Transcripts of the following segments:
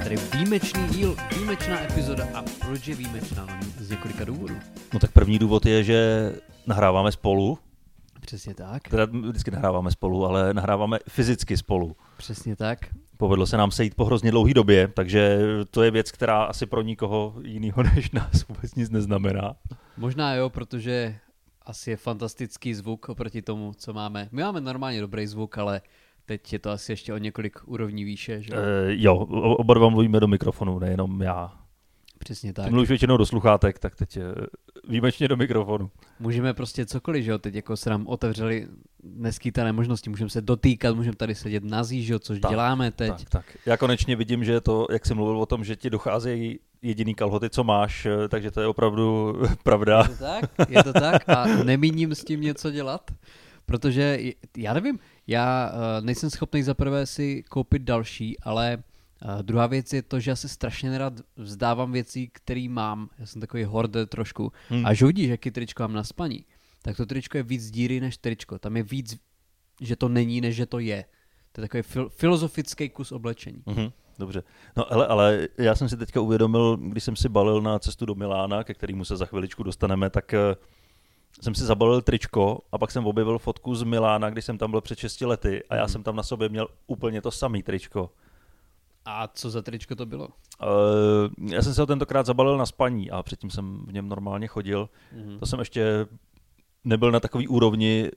tady výjimečný díl, výjimečná epizoda. A proč je výjimečná? Z několika důvodů. No tak první důvod je, že nahráváme spolu. Přesně tak. Teda vždycky nahráváme spolu, ale nahráváme fyzicky spolu. Přesně tak. Povedlo se nám sejít po hrozně dlouhé době, takže to je věc, která asi pro nikoho jiného než nás vůbec nic neznamená. Možná jo, protože asi je fantastický zvuk oproti tomu, co máme. My máme normálně dobrý zvuk, ale teď je to asi ještě o několik úrovní výše, že? Jo, oba dva mluvíme do mikrofonu, nejenom já. Přesně tak. Ty mluvíš většinou do sluchátek, tak teď výjimečně do mikrofonu. Můžeme prostě cokoliv, že jo, teď jako se nám otevřely neskýtané možnosti, můžeme se dotýkat, můžeme tady sedět na zí, že jo, což tak, děláme teď. Tak. Já konečně vidím, že to, jak jsi mluvil o tom, že ti docházejí jediný kalhoty, co máš, takže to je opravdu pravda. Je to tak a nemíním s tím něco dělat, protože já nevím, já nejsem schopný zaprvé si koupit další, ale druhá věc je to, že já se strašně nerad vzdávám věcí, které mám. Já jsem takový hoarder trošku. A že vidíš, jaký tričko mám na spaní, tak to tričko je víc díry než tričko. Tam je víc, že to není, než že to je. To je takový filozofický kus oblečení. Dobře. No ale já jsem si teďka uvědomil, když jsem si balil na cestu do Milána, ke kterému se za chviličku dostaneme, tak jsem si zabalil tričko a pak jsem objevil fotku z Milána, když jsem tam byl před 6 lety a já jsem tam na sobě měl úplně to samý tričko. A co za tričko to bylo? Já jsem se ho tentokrát zabalil na spaní a předtím jsem v něm normálně chodil. To jsem ještě nebyl na takový úrovni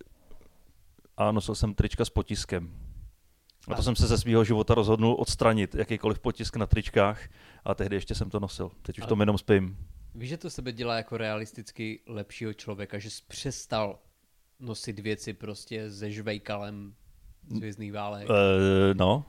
a nosil jsem trička s potiskem. A to jsem se ze svého života rozhodnul odstranit jakýkoliv potisk na tričkách a tehdy ještě jsem to nosil. Teď už to jenom spím. Víš, že to sebe dělá jako realisticky lepšího člověka, že jsi přestal nosit věci prostě se žvejkalem z Hvězdných válek? No.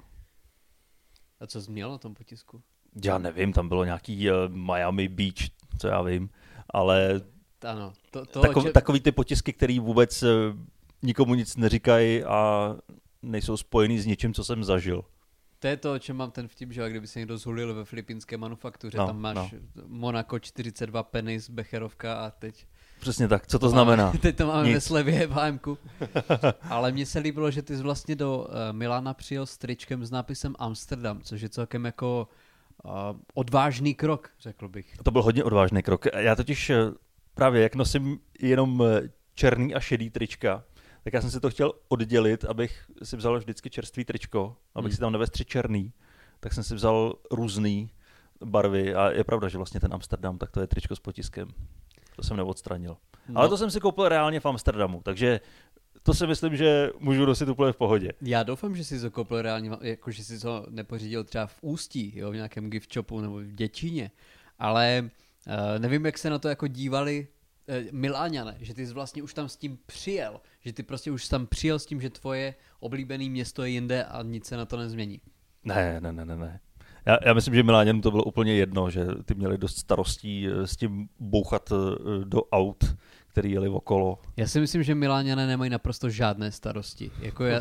A co jsi měl na tom potisku? Já nevím, tam bylo nějaký Miami Beach, co já vím, ale ano, takový ty potisky, který vůbec nikomu nic neříkají a nejsou spojený s ničím, co jsem zažil. To je to, o čem mám ten vtip, že kdyby se někdo zhulil ve filipínské manufaktuře, tam máš Monaco 42 penis, becherovka a teď... Přesně tak, co to znamená? Teď to máme ve slevě v HMku. Ale mně se líbilo, že ty jsi vlastně do Milána přijel s tričkem s nápisem Amsterdam, což je celkem jako odvážný krok, řekl bych. To byl hodně odvážný krok. Já totiž právě, jak nosím jenom černý a šedý trička, tak já jsem si to chtěl oddělit, abych si vzal vždycky čerstvý tričko, abych si tam nevez 3 černý, tak jsem si vzal různý barvy a je pravda, že vlastně ten Amsterdam, tak to je tričko s potiskem. To jsem neodstranil. No. Ale to jsem si koupil reálně v Amsterdamu, takže to si myslím, že můžu nosit úplně v pohodě. Já doufám, že jsi to koupil reálně, jako že jsi to nepořídil třeba v Ústí, jo, v nějakém gift shopu nebo v Děčíně, ale nevím, jak se na to jako dívali Miláňané, že ty jsi vlastně už tam s tím přijel, že ty prostě už tam přijel s tím, že tvoje oblíbené město je jinde a nic se na to nezmění. Ne. Já myslím, že Miláňanům to bylo úplně jedno, že ty měli dost starostí s tím bouchat do aut, který jeli okolo. Já si myslím, že Miláňané nemají naprosto žádné starosti.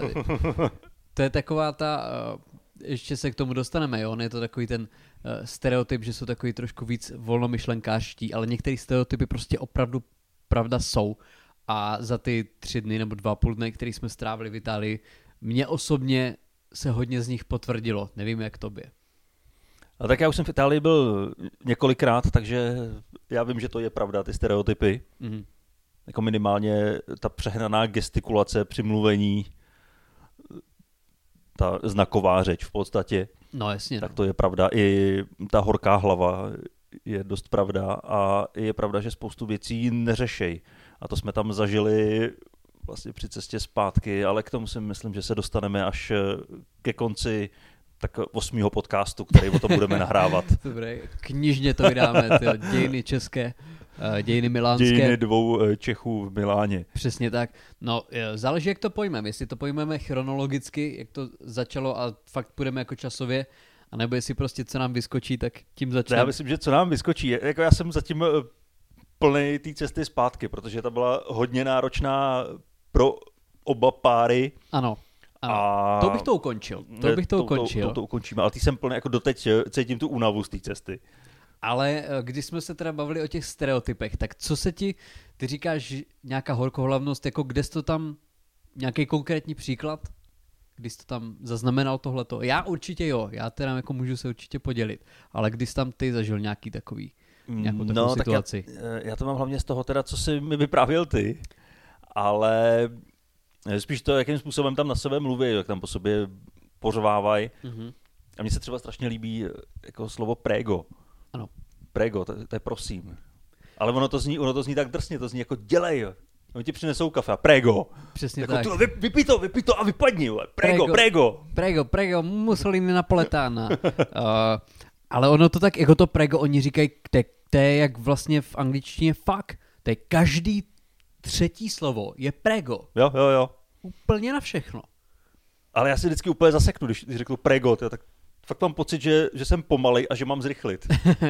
To je taková ta, ještě se k tomu dostaneme, jo? On je to takový ten stereotyp, že jsou takový trošku víc volnomyšlenkářští, ale některé stereotypy prostě opravdu pravda jsou. A za ty 3 dny nebo 2,5 dny, který jsme strávili v Itálii, mně osobně se hodně z nich potvrdilo. Nevím, jak tobě. A tak já už jsem v Itálii byl několikrát, takže já vím, že to je pravda, ty stereotypy. Jako minimálně ta přehnaná gestikulace při mluvení, ta znaková řeč v podstatě. No jasně. Tak to je pravda. I ta horká hlava je dost pravda a je pravda, že spoustu věcí neřešej. A to jsme tam zažili vlastně při cestě zpátky, ale k tomu si myslím, že se dostaneme až ke konci tak 8. podcastu, který o tom budeme nahrávat. Dobré, knižně to vydáme, dějiny české, dějiny milánské. Dějiny 2 Čechů v Miláně. Přesně tak. No, záleží, jak to pojmeme. Jestli to pojmeme chronologicky, jak to začalo a fakt půjdeme jako časově, anebo jestli prostě co nám vyskočí, tak tím začneme. Já myslím, že co nám vyskočí. Jako já jsem zatím plný té cesty zpátky, protože ta byla hodně náročná pro oba páry. Ano. A to bych to ukončil. To ukončíme, ale ty jsem plný, jako doteď cítím tu únavu z té cesty. Ale když jsme se teda bavili o těch stereotypech, tak co se ty říkáš nějaká horkohlavnost, jako kde jsi to tam, nějaký konkrétní příklad? když jsi to tam zaznamenal tohleto. Já určitě jo, já teda jako můžu se určitě podělit, ale když jsi tam ty zažil nějakou takovou situaci. Tak já to mám hlavně z toho teda, co jsi mi vyprávěl ty, ale spíš to, jakým způsobem tam na sebe mluví, jak tam po sobě pořvávají. Mm-hmm. A mně se třeba strašně líbí jako slovo prego. Ano. Prego, to je prosím. Ale ono to zní tak drsně, to zní jako dělej. Oni ti přinesou kafe a prego. Přesně jako tak. Vypij to a vypadni. Prego. Mussolini Napoletana. Ale ono to tak, jako to prego, oni říkají, to je jak vlastně v angličtině fuck. To je každý třetí slovo je prego. Jo. Úplně na všechno. Ale já si vždycky úplně zaseknu, když řeknu prego, tak fakt mám pocit, že jsem pomalej a že mám zrychlit.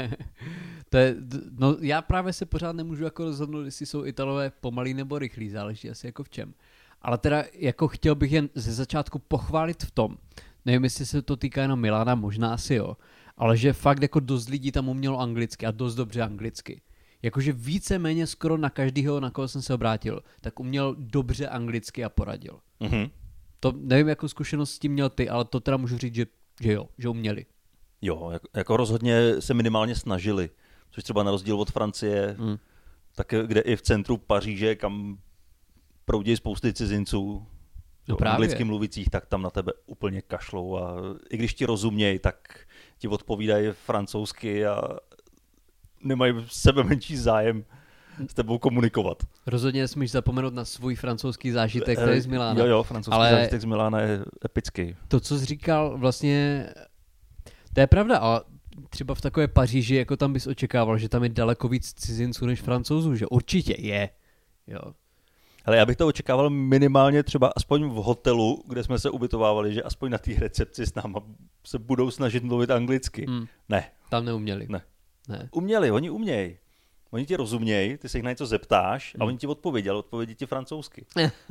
Já právě se pořád nemůžu jako rozhodnout, jestli jsou Italové pomalí nebo rychlí, záleží asi jako v čem. Ale teda jako chtěl bych jen ze začátku pochválit v tom, nevím, jestli se to týká jenom Milána, možná asi jo, ale že fakt jako dost lidí tam umělo anglicky a dost dobře anglicky. Jakože víceméně skoro na každýho, na koho jsem se obrátil, tak uměl dobře anglicky a poradil. Mm-hmm. To nevím, jakou zkušenost s tím měl ty, ale to teda můžu říct, že jo, že uměli. Jo, jako rozhodně se minimálně snažili, což třeba na rozdíl od Francie, tak kde i v centru Paříže, kam proudí spousty cizinců, anglicky mluvících, tak tam na tebe úplně kašlou a i když ti rozumějí, tak ti odpovídají francouzsky a nemají sebe menší zájem s tebou komunikovat. Rozhodně nesmíš zapomenout na svůj francouzský zážitek, který z Milána. Jo, francouzský zážitek z Milána je epický. To, co jsi říkal, vlastně, to je pravda, ale třeba v takové Paříži, jako tam bys očekával, že tam je daleko víc cizinců než Francouzů, že určitě je. Jo. Ale já bych to očekával minimálně třeba aspoň v hotelu, kde jsme se ubytovávali, že aspoň na té recepci s náma se budou snažit mluvit anglicky. Ne. Tam neuměli. Ne. Uměli, oni umějí. Oni ti rozumějí, ty se jich na něco zeptáš a oni ti odpovědí, ale odpovědí ti francouzsky.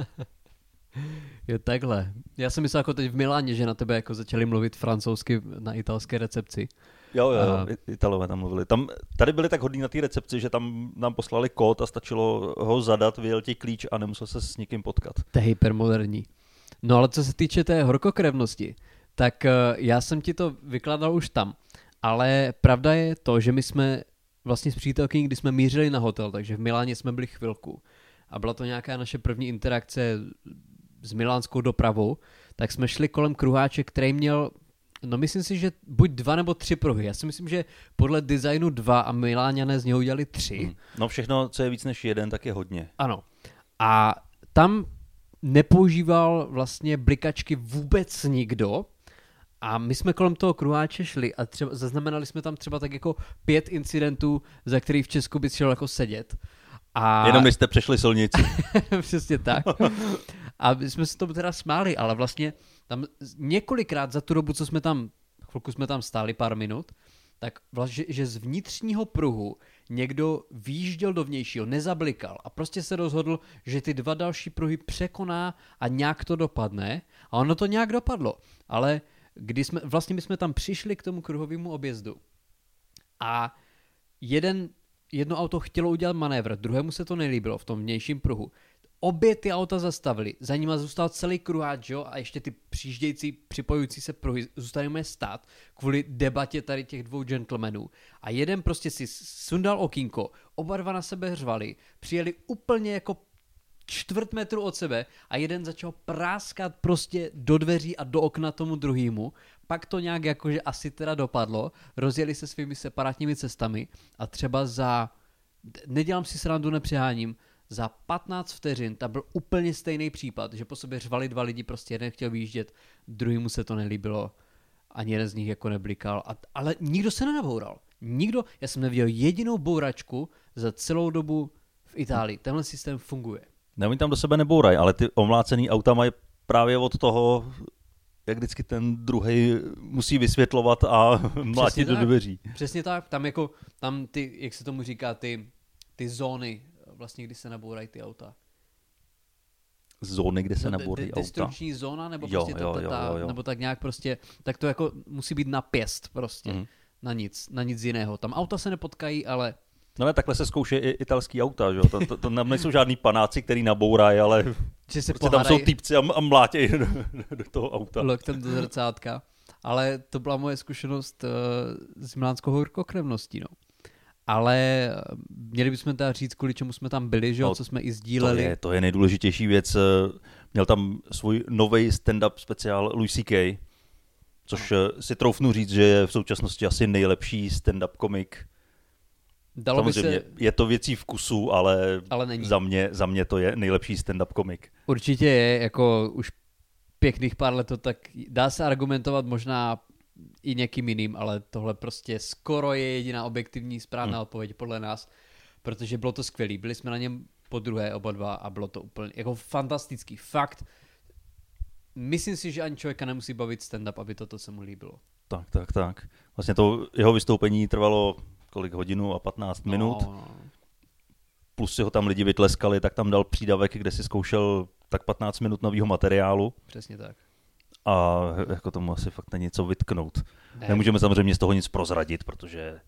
Jo, takhle. Já jsem myslel jako teď v Miláně, že na tebe jako začali mluvit francouzsky na italské recepci. Jo, Italové tam mluvili. Tady byli tak hodní na té recepci, že tam nám poslali kód a stačilo ho zadat, vyjel ti klíč a nemusel se s nikým potkat. To je hypermoderní. No ale co se týče té horkokrevnosti, tak já jsem ti to vykládal už tam. Ale pravda je to, že my jsme vlastně s přítelkyní, když jsme mířili na hotel, takže v Miláně jsme byli chvilku a byla to nějaká naše první interakce s milánskou dopravou, tak jsme šli kolem kruháče, který měl, no myslím si, že buď 2 nebo 3 pruhy. Já si myslím, že podle designu 2 a Miláňané z něho udělali 3. No všechno, co je víc než 1, tak je hodně. Ano. A tam nepoužíval vlastně blikačky vůbec nikdo. A my jsme kolem toho kruháče šli a třeba zaznamenali jsme tam třeba tak jako 5 incidentů, za který v Česku bys šel jako sedět. A... Jenom jste přešli silnici. Přesně tak. A my jsme se tomu teda smáli, ale vlastně tam několikrát za tu dobu, co jsme tam, chvilku jsme tam stáli pár minut, tak vlastně, že z vnitřního pruhu někdo výjížděl do vnějšího, nezablikal a prostě se rozhodl, že ty 2 další pruhy překoná a nějak to dopadne. A ono to nějak dopadlo. Ale my jsme tam přišli k tomu kruhovému objezdu a jedno auto chtělo udělat manévr, druhému se to nelíbilo v tom vnějším pruhu. Obě ty auta zastavili, za nima zůstal celý kruháč, jo, a ještě ty přijíždějící, připojující se pruhy zůstali stát kvůli debatě tady těch 2 gentlemanů. A jeden prostě si sundal okýnko, oba 2 na sebe hřvali, přijeli úplně jako 1/4 metru od sebe a jeden začal práskat prostě do dveří a do okna tomu druhému. Pak to nějak jakože asi teda dopadlo, rozjeli se svými separátními cestami a třeba nedělám si srandu, nepřeháním, za 15 vteřin tam byl úplně stejný případ, že po sobě řvali 2 lidi, prostě jeden chtěl vyjíždět, druhýmu se to nelíbilo, ani jeden z nich jako neblikal, ale nikdo se nenaboural. Já jsem neviděl jedinou bouračku za celou dobu v Itálii. Tenhle systém funguje. Ne, oni tam do sebe nebourají, ale ty omlácený auta mají právě od toho, jak vždycky ten druhej musí vysvětlovat a mlátit do dveří. Přesně tak, tam ty, jak se tomu říká, ty zóny, vlastně kdy se nabourají ty auta. Zóny, kde se nabourají auta? Destrukční zóna, nebo prostě nebo tak nějak prostě, tak to jako musí být na pěst prostě, na nic jiného. Tam auta se nepotkají, ale No ne, takhle se zkouší i italský auta, že jo? To nejsou žádný panáci, který nabourají, ale Že se prostě tam jsou týpci a mlátějí do toho auta. Loktem do zrcátka. Ale to byla moje zkušenost s milánskou horkokrevností, no. Ale měli bychom teda říct, kvůli čemu jsme tam byli, že jo, co jsme i sdíleli. To je nejdůležitější věc. Měl tam svůj nový stand-up speciál Louis C.K., což si troufnu říct, že je v současnosti asi nejlepší stand-up komik. Samozřejmě je to věcí vkusu, ale není. Za mě to je nejlepší stand-up komik. Určitě je, jako už pěkných pár let to tak dá se argumentovat možná i někým jiným, ale tohle prostě skoro je jediná objektivní správná odpověď podle nás, protože bylo to skvělý. Byli jsme na něm podruhé oba dva a bylo to úplně jako fantastický. Fakt, myslím si, že ani člověka nemusí bavit stand-up, aby toto se mu líbilo. Tak. Vlastně to jeho vystoupení trvalo kolik, hodinu a 15 minut. Plus si ho tam lidi vytleskali, tak tam dal přídavek, kde si zkoušel tak 15 minut nového materiálu. Přesně tak. A jako tomu asi fakt není co vytknout. Nemůžeme samozřejmě z toho nic prozradit, protože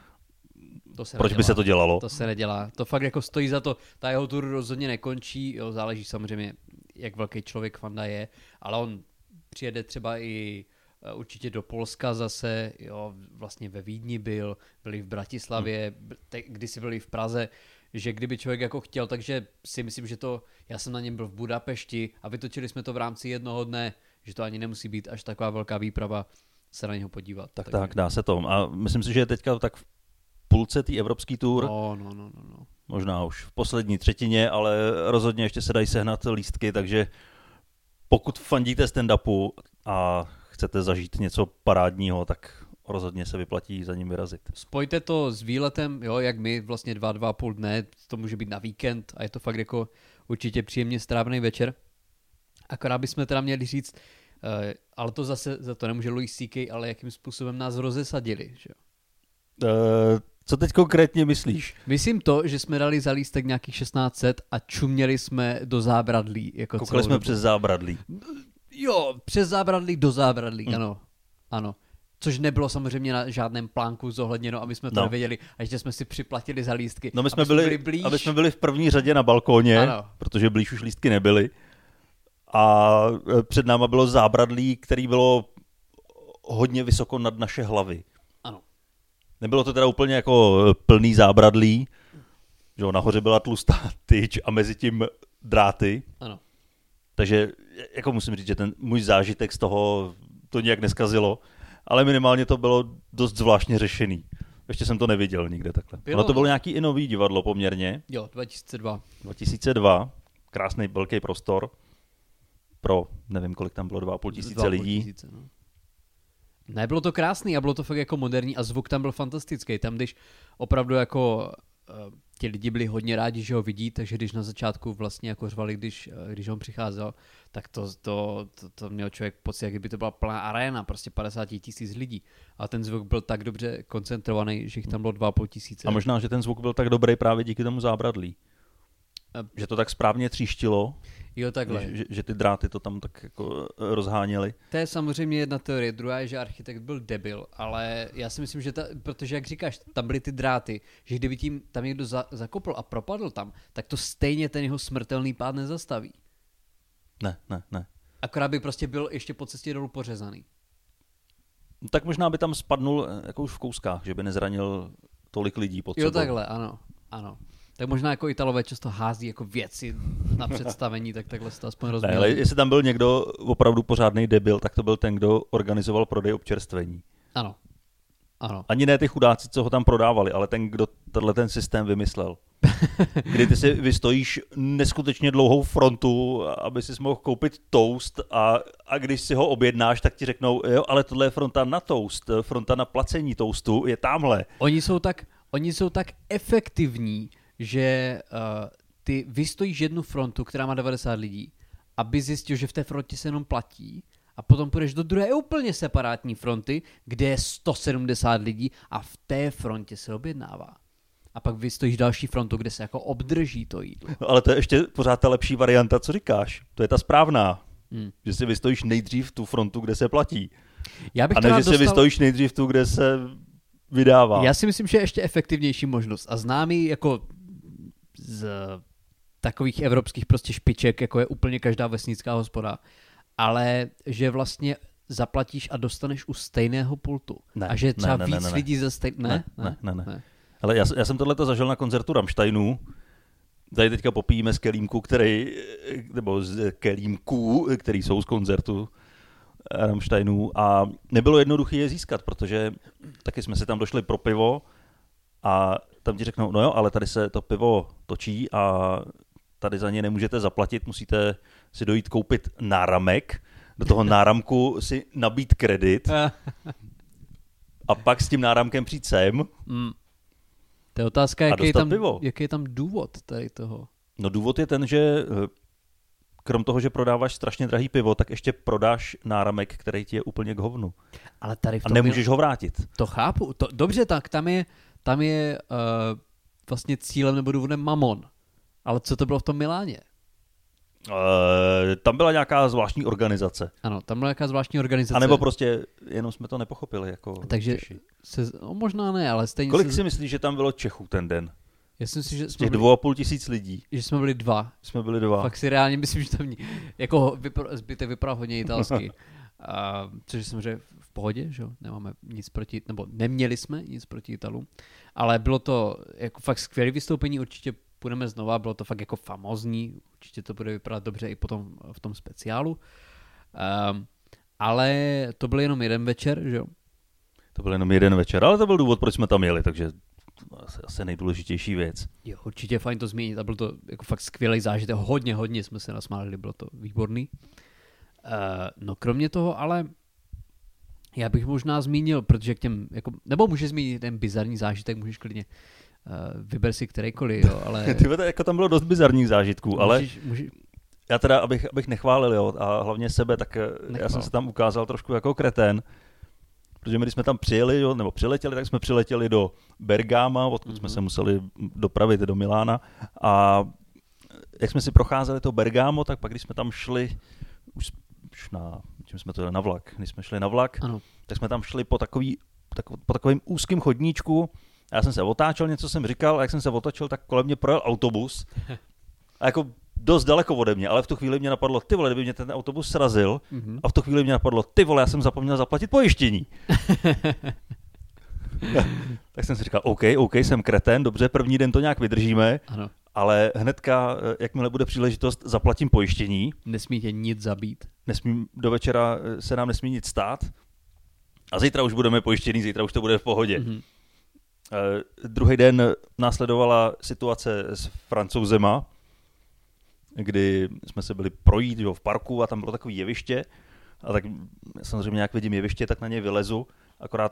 proč by se to dělalo? To se nedělá. To fakt jako stojí za to. Ta jeho tour rozhodně nekončí, jo, záleží samozřejmě, jak velký člověk fanda je, ale on přijede třeba i určitě do Polska zase, jo, vlastně ve Vídni byli v Bratislavě, kdysi byli v Praze, že kdyby člověk jako chtěl, takže si myslím, že já jsem na něm byl v Budapešti a vytočili jsme to v rámci jednoho dne, že to ani nemusí být až taková velká výprava se na něho podívat. Tak, dá se to. A myslím si, že je teďka tak v půlce té evropský tour. No. Možná už v poslední třetině, ale rozhodně ještě se dají sehnat lístky, takže pokud fandíte stand-upu a chcete zažít něco parádního, tak rozhodně se vyplatí za ním vyrazit. Spojte to s výletem, jo, jak my, vlastně 2,5 dne, to může být na víkend a je to fakt jako určitě příjemně strávený večer. Akorát bychom teda měli říct, ale to zase za to nemůže Louis C.K., ale jakým způsobem nás rozesadili, že jo? Co teď konkrétně myslíš? Myslím to, že jsme dali za lístek nějakých 1600 a čuměli jsme do zábradlí. Jako koukali jsme přes zábradlí. Jo, přes zábradlí do zábradlí, ano. Což nebylo samozřejmě na žádném plánku zohledněno, aby jsme to nevěděli. A ještě jsme si připlatili za lístky. No my jsme byli blíž. Aby jsme byli v první řadě na balkóně, protože blíž už lístky nebyly. A před náma bylo zábradlí, který bylo hodně vysoko nad naše hlavy. Ano. Nebylo to teda úplně jako plný zábradlí, že nahoře byla tlustá tyč a mezi tím dráty. Ano. Takže jako musím říct, že ten můj zážitek z toho to nějak neskazilo, ale minimálně to bylo dost zvláštně řešený. Ještě jsem to neviděl nikde takhle. Ono to bylo nějaký i nový divadlo poměrně. Jo, 2002. Krásný velký prostor pro, nevím kolik tam bylo, 2,5 tisíce lidí. Ne, bylo to krásný a bylo to fakt jako moderní a zvuk tam byl fantastický. Tam, když opravdu jako ti lidi byli hodně rádi, že ho vidí, takže když na začátku vlastně jako řvali, když on přicházel, tak to měl člověk pocit, jak by to byla plná aréna, prostě 50 000 lidí. A ten zvuk byl tak dobře koncentrovaný, že jich tam bylo 2,5 tisíce. A možná, že ten zvuk byl tak dobrý právě díky tomu zábradlí. Že to tak správně tříštilo. Jo, takhle. Že ty dráty to tam tak jako rozháněly. To je samozřejmě jedna teorie. Druhá je, že architekt byl debil, ale já si myslím, že protože jak říkáš, tam byly ty dráty, že kdyby tím tam někdo zakopl a propadl tam, tak to stejně ten jeho smrtelný pád nezastaví. Ne. Akorát by prostě byl ještě po cestě dolů pořezaný. Tak možná by tam spadnul jako už v kouskách, že by nezranil tolik lidí pod sebou. Jo, takhle, ano. Tak možná jako Italové často hází jako věci na představení, tak takhle se to aspoň rozmělí. Ne, ale jestli tam byl někdo opravdu pořádnej debil, tak to byl ten, kdo organizoval prodej občerstvení. Ano. Ani ne ty chudáci, co ho tam prodávali, ale ten, kdo ten systém vymyslel. Kdy ty si vystojíš neskutečně dlouhou frontu, aby si mohl koupit toast a když si ho objednáš, tak ti řeknou, jo, ale tohle je fronta na toast, fronta na placení toastu je támhle. Oni jsou tak efektivní, že ty vystojíš jednu frontu, která má 90 lidí, aby zjistil, že v té frontě se jenom platí a potom půjdeš do druhé úplně separátní fronty, kde je 170 lidí a v té frontě se objednává. A pak vystojíš další frontu, kde se jako obdrží to jídlo. No, ale to je ještě pořád ta lepší varianta, co říkáš. To je ta správná. Že si vystojíš nejdřív tu frontu, kde se platí. Já bych a ne, že si vystojíš nejdřív tu, kde se vydává. Já si myslím, že je ještě efektivnější možnost a známý jako z takových evropských prostě špiček, jako je úplně každá vesnická hospoda, ale že vlastně zaplatíš a dostaneš u stejného pultu. Ne, a že třeba ne, víc lidí ze Ne. Ale já jsem tohleto zažil na koncertu Rammsteinů. Tady teďka popijíme z kelímku, nebo z kelímků, který jsou z koncertu Rammsteinů a nebylo jednoduché je získat, protože taky jsme si tam došli pro pivo a tam ti řeknou, no jo, ale tady se to pivo točí a tady za ně nemůžete zaplatit, musíte si dojít koupit náramek, do toho náramku si nabít kredit a pak s tím náramkem přijít sem. To je otázka, jaký je tam důvod tady toho. No důvod je ten, že krom toho, že prodáváš strašně drahý pivo, tak ještě prodáš náramek, který ti je úplně k hovnu. Ale tady a nemůžeš ho vrátit. To chápu. Dobře, tak tam je vlastně cílem nebo důvodem mamon. Ale co to bylo v tom Miláně? Tam byla nějaká zvláštní organizace. Ano, tam byla nějaká zvláštní organizace. A nebo prostě jenom jsme to nepochopili jako takže Češi. Možná ne, ale stejně... Kolik si myslíš, že tam bylo Čechů ten den? Já si myslím, že z těch 2,5 tisíc lidí. Že jsme byli dva. Fakt si reálně myslím, že tam jako zbytek vypadal hodně italsky. Což je samozřejmě v pohodě, že jo? Nemáme nic proti, nebo neměli jsme nic proti Italům. Ale bylo to jako fakt skvělé vystoupení, určitě půjdeme znova, bylo to fakt jako famózní, určitě to bude vypadat dobře i potom v tom speciálu. Ale to byl jenom jeden večer, že jo? To byl jenom jeden večer, ale to byl důvod, proč jsme tam jeli, takže asi nejdůležitější věc. Jo, určitě fajn to změnit a byl to jako fakt skvělý zážitek, hodně jsme se nasmáli, bylo to výborný. No kromě toho, ale já bych možná zmínil, protože k těm, jako, nebo můžeš zmínit ten bizarní zážitek, můžeš klidně, vyber si kterýkoliv, jo, ale... jako tam bylo dost bizarních zážitků, ale já teda, abych nechválil, jo, a hlavně sebe, tak já jsem se tam ukázal trošku jako kretén, protože my, když jsme tam přijeli, jo, nebo přiletěli, tak jsme přiletěli do Bergama, odkud jsme se museli dopravit do Milána a jak jsme si procházeli to Bergamo, tak pak když jsme tam šli už čím jsme to jeli na vlak, když jsme šli na vlak, ano. Tak jsme tam šli po takovým úzkým chodníčku. Já jsem se otáčel, něco jsem říkal, a jak jsem se otočil, tak kolem mě projel autobus. A jako dost daleko ode mě, ale v tu chvíli mě napadlo, ty vole, kdyby mě ten autobus srazil, a v tu chvíli mě napadlo, ty vole, já jsem zapomněl zaplatit pojištění. Tak jsem si říkal, OK, jsem kretén, dobře, první den to nějak vydržíme, ano. Ale hnedka, jakmile bude příležitost, zaplatím pojištění. Nesmí tě nic zabít. Do večera se nám nesmí nic stát. A zítra už budeme pojištění, zítra už to bude v pohodě. Druhý den následovala situace s Francouzema, kdy jsme se byli projít, jo, v parku a tam bylo takové jeviště. A tak samozřejmě jak vidím jeviště, tak na něj vylezu. Akorát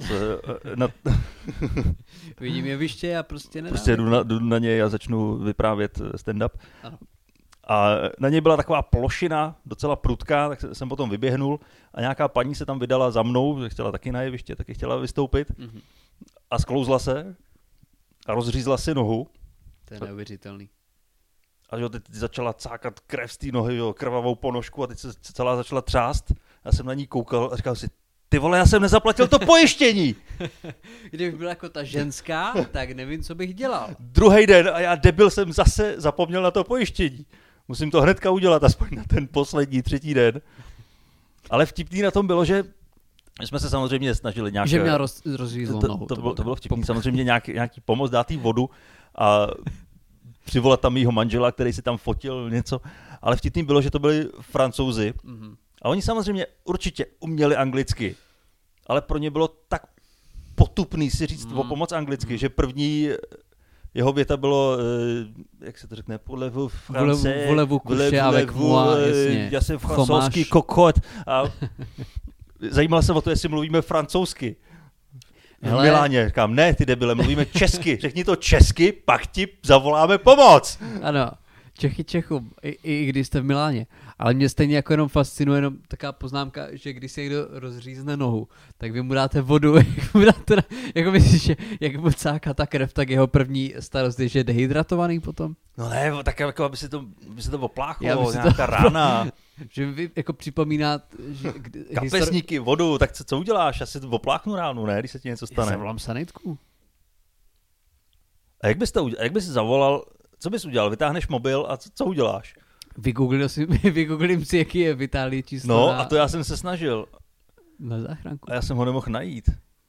vidím jeviště a prostě nedám. Prostě jdu na něj a začnu vyprávět stand-up. Ano. A na něj byla taková plošina, docela prudká, tak jsem potom vyběhnul a nějaká paní se tam vydala za mnou, chtěla taky na jeviště, taky chtěla vystoupit a sklouzla se a rozřízla si nohu. To je neuvěřitelný. A jo, teď začala cákat krev z té nohy, jo, krvavou ponožku a teď se celá začala třást. Já jsem na ní koukal a říkal si, ty vole, já jsem nezaplatil to pojištění. Kdybych byl jako ta ženská, tak nevím, co bych dělal. Druhý den a já debil jsem zase zapomněl na to pojištění. Musím to hnedka udělat, aspoň na ten poslední, třetí den. Ale vtipný na tom bylo, že jsme se samozřejmě snažili nějak... Že měl rozřízlou nohu. To bylo vtipný, samozřejmě nějaký pomoc, dát jí vodu a přivolat tam mýho manžela, který si tam fotil něco. Ale vtipný bylo, že to byli Francouzi. A oni samozřejmě určitě uměli anglicky, ale pro ně bylo tak potupný si říct o pomoc anglicky, že první jeho věta bylo, jak se to řekne, voulez-vous français, voulez-vous coucher avec moi, jasně. Já jsem francouzský kokot. A zajímalo se o to, jestli mluvíme francouzsky. V Miláně říkám, ne, ty debile, mluvíme česky. Řekni to česky, pak ti zavoláme pomoc. Ano. Čechy Čechům, i když jste v Miláně. Ale mě stejně jako jenom fascinuje jenom taková poznámka, že když si někdo rozřízne nohu, tak vy mu dáte vodu, jako myslíš, že jak mu cáká ta krev, tak jeho první starost je, že je dehydratovaný potom? No ne, tak jako aby se to opláchlo, nějaká rána. Že vy jako připomíná, že... Kapesníky, vodu, tak co uděláš? Já si to opláchnu ráno, ne, když se ti něco stane. Já zavolám sanitku. A jak bys zavolal, co bys udělal? Vytáhneš mobil a co uděláš? Vygooglím si, jaký je v Itálii číslo No a to já jsem se snažil. Na záchranku. A já jsem ho nemohl najít.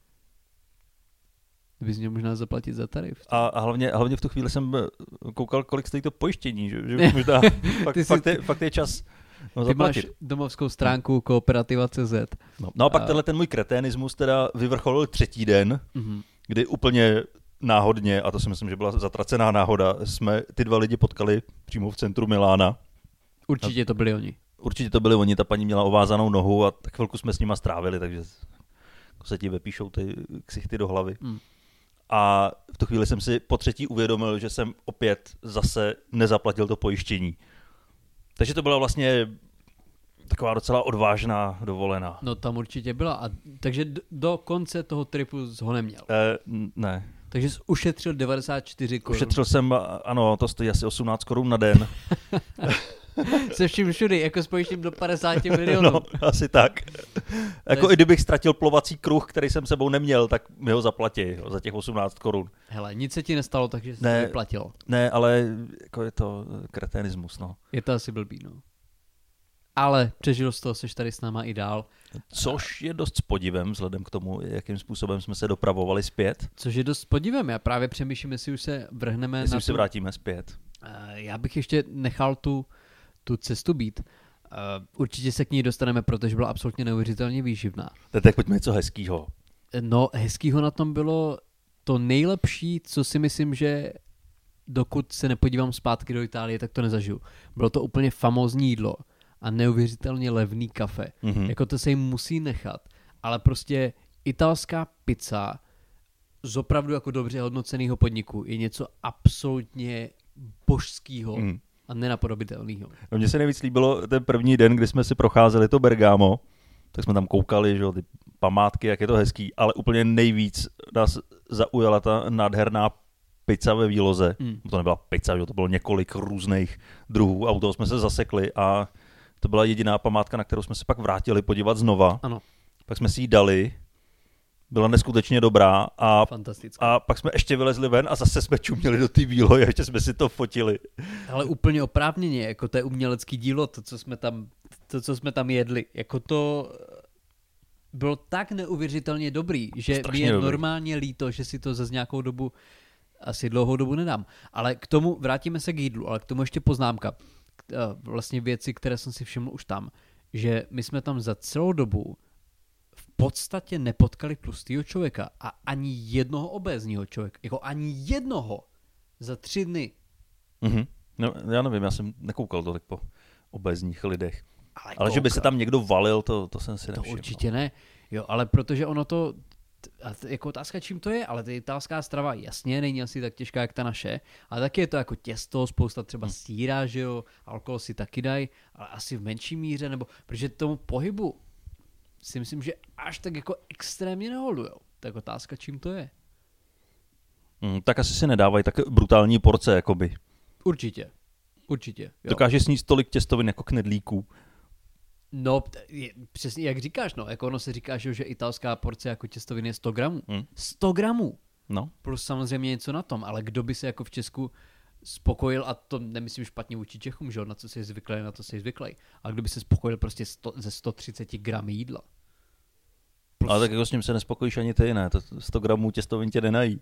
Bys měl možná zaplatit za tarif. A hlavně v tu chvíli jsem koukal, kolik stojí to pojištění, že možná fakt je čas zaplatit. Ty máš domovskou stránku kooperativa.cz. No a pak ten můj kreténismus teda vyvrcholil 3. den, kdy úplně náhodně, a to si myslím, že byla zatracená náhoda, jsme ty 2 lidi potkali přímo v centru Milána. Určitě to byli oni. Určitě to byli oni, ta paní měla ovázanou nohu a tak chvilku jsme s nima strávili, takže se ti vepíšou ty ksichty do hlavy. A v tu chvíli jsem si po 3. uvědomil, že jsem opět zase nezaplatil to pojištění. Takže to byla vlastně taková docela odvážná dovolená. No tam určitě byla. Takže do konce toho tripu jsi ho neměl. Ne. Takže jsi ušetřil 94 korun. Ušetřil jsem, ano, to stojí asi 18 korun na den. Se vším všudy, jako s pojištěním do 50 milionů. No, asi tak. Jako i kdybych ztratil plovací kruh, který jsem sebou neměl, tak mi ho zaplatí za těch 18 korun. Hele, nic se ti nestalo, takže jsi to vyplatil. Ne, ale jako je to kreténismus, no. Je to asi blbý, no. Ale přežil jsi to, jsi tady s náma i dál. Což je dost s podivem, vzhledem k tomu, jakým způsobem jsme se dopravovali zpět. Což je dost s podivem, já právě přemýšlím, jestli už se vrhneme jestli už se vrátíme zpět. Já bych ještě nechal tu cestu být. Určitě se k ní dostaneme, protože byla absolutně neuvěřitelně výživná. Tak pojďme něco hezkýho. No, hezkýho na tom bylo to nejlepší, co si myslím, že dokud se nepodívám zpátky do Itálie, tak to nezažiju. Bylo to úplně famózní jídlo a neuvěřitelně levný kafe. Jako to se jim musí nechat. Ale prostě italská pizza z opravdu jako dobře hodnoceného podniku je něco absolutně božského a nenapodobitelného. No, mně se nejvíc líbilo ten první den, kdy jsme si procházeli to Bergamo, tak jsme tam koukali, že ty památky, jak je to hezký, ale úplně nejvíc nás zaujala ta nádherná pizza ve výloze. To nebyla pizza, že to bylo několik různých druhů a u toho jsme se zasekli a to byla jediná památka, na kterou jsme se pak vrátili podívat znova. Ano. Pak jsme si ji dali, byla neskutečně dobrá a pak jsme ještě vylezli ven a zase jsme čuměli do té výlohy a ještě jsme si to fotili. Ale úplně oprávněně, jako to je umělecký dílo, to, co jsme tam jedli. Jako to bylo tak neuvěřitelně dobrý, že mi je normálně líto, že si to za nějakou dobu, asi dlouhou dobu nedám. Ale k tomu, vrátíme se k jídlu, ale k tomu ještě poznámka. Vlastně věci, které jsem si všiml už tam, že my jsme tam za celou dobu v podstatě nepotkali tlustýho člověka a ani jednoho obézního člověka. Jako ani jednoho za 3 dny. No, já nevím, já jsem nekoukal tolik po obézních lidech. Ale že by se tam někdo valil, to jsem si nevšiml. To určitě ne. Jo, ale protože ono to, jako otázka, čím to je, ale ta italská strava jasně není asi tak těžká, jak ta naše, ale taky je to jako těsto, spousta třeba sýra, že jo, alkohol si taky dají, ale asi v menší míře, nebo protože tomu pohybu si myslím, že až tak jako extrémně neholdujou. Tak otázka, čím to je. Tak asi si nedávají tak brutální porce, jakoby. Určitě. Jo. Dokáže sníst tolik těstovin jako knedlíků. No, přesně jak říkáš, no, jako ono se říká, že italská porce jako těstovin je 100 gramů. 100 gramů! No. Plus samozřejmě něco na tom, ale kdo by se jako v Česku spokojil, a to nemyslím špatně vůči Čechům, že na co jsi zvyklý, ale kdo by se spokojil prostě ze 130 gram jídla. Plus... Ale tak jako s ním se nespokojíš ani ty, ne? To 100 gramů těstovin tě nenají.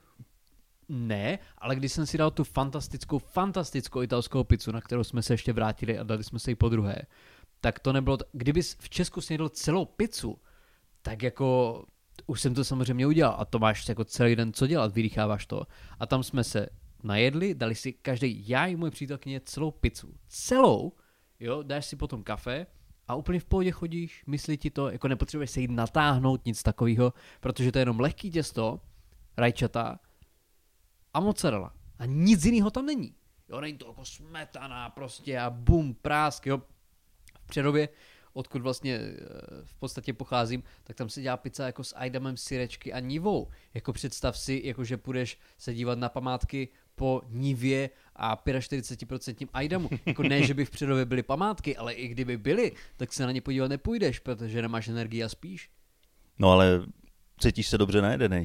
Ne, ale když jsem si dal tu fantastickou italskou pizzu, na kterou jsme se ještě vrátili a dali jsme se ji podruhé, tak to nebylo... Kdybys v Česku snědl celou pizzu, tak jako... Už jsem to samozřejmě udělal a to máš jako celý den co dělat, vydýcháváš to. A tam jsme se najedli, dali si každý, já i moje přítelkyně, celou pizzu. Celou, jo, dáš si potom kafe a úplně v pohodě chodíš, myslí ti to, jako nepotřebuješ se jít natáhnout, nic takového, protože to je jenom lehký těsto, rajčata a mozzarella. A nic jiného tam není. Jo, není to jako smetana prostě a bum, prásk, jo. V Přerově, odkud vlastně v podstatě pocházím, tak tam se dělá pizza jako s ajdamem, syrečky a nivou. Jako představ si, jako že půjdeš se dívat na památky po Nivě a 45% Ajdamu. Jako ne, že by v Přerově byly památky, ale i kdyby byly, tak se na ně podívat nepůjdeš, protože nemáš energii a spíš. No ale cítíš se dobře najedenej.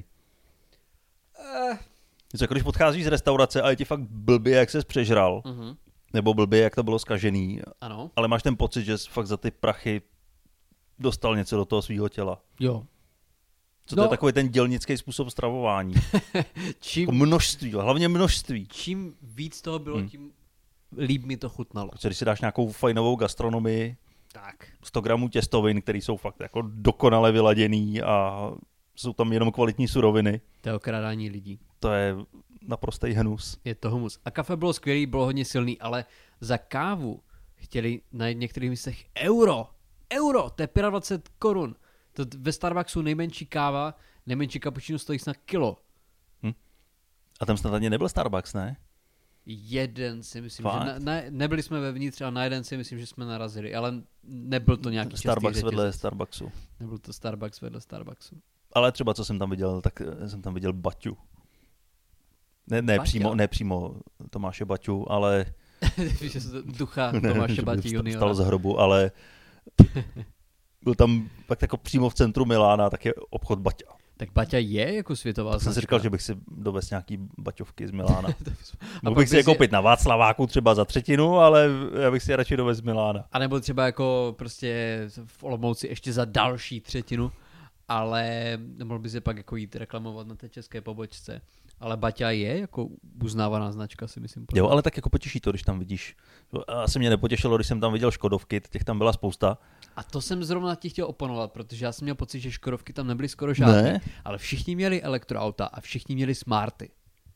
Jako když odcházíš z restaurace a je ti fakt blbě, jak ses přežral, nebo blbě, jak to bylo zkažený, ano. Ale máš ten pocit, že jsi fakt za ty prachy dostal něco do toho svého těla. Jo. Co to je takový ten dělnický způsob stravování? Jako množství, hlavně množství. Čím víc toho bylo, tím líp mi to chutnalo. Když si dáš nějakou fajnovou gastronomii, tak 100 gramů těstovin, které jsou fakt jako dokonale vyladěný a jsou tam jenom kvalitní suroviny. To je okrádání lidí. To je naprostý hnus. Je to humus. A kafe bylo skvělý, bylo hodně silný, ale za kávu chtěli na některých místech euro, to je 25 korun. To ve Starbucksu nejmenší káva, nejmenší cappuccino stojí snad kilo. A tam snad ani nebyl Starbucks, ne? Jeden si myslím, že nebyli jsme vevnitř, ale na jeden si myslím, že jsme narazili, ale nebyl to nějaký Starbucks vedle Starbucksu. Nebyl to Starbucks vedle Starbucksu. Ale třeba co jsem tam viděl, tak jsem tam viděl Baťu. Ne přímo Tomáše Baťu, ale ducha Tomáše Baťu juniora. Vstal z hrobu, ale byl tam tak jako přímo v centru Milána, tak je obchod Baťa. Tak Baťa je jako světová značka. Jsem si říkal, že bych si dovez nějaký baťovky z Milána. Mohl bych si je koupit na Václaváku třeba za 1/3, ale já bych si je radši dovez z Milána. A nebo třeba jako prostě v Olomouci ještě za další 1/3, ale nemohl by se pak jako jít reklamovat na té české pobočce. Ale Baťa je jako uznávaná značka, si myslím. Jo, ale tak jako potěší to, když tam vidíš. Asi mě nepotěšilo, když jsem tam viděl Škodovky, těch tam byla spousta. A to jsem zrovna ti chtěl oponovat, protože já jsem měl pocit, že Škodovky tam nebyly skoro žádné, ale všichni měli elektroauta a všichni měli smarty.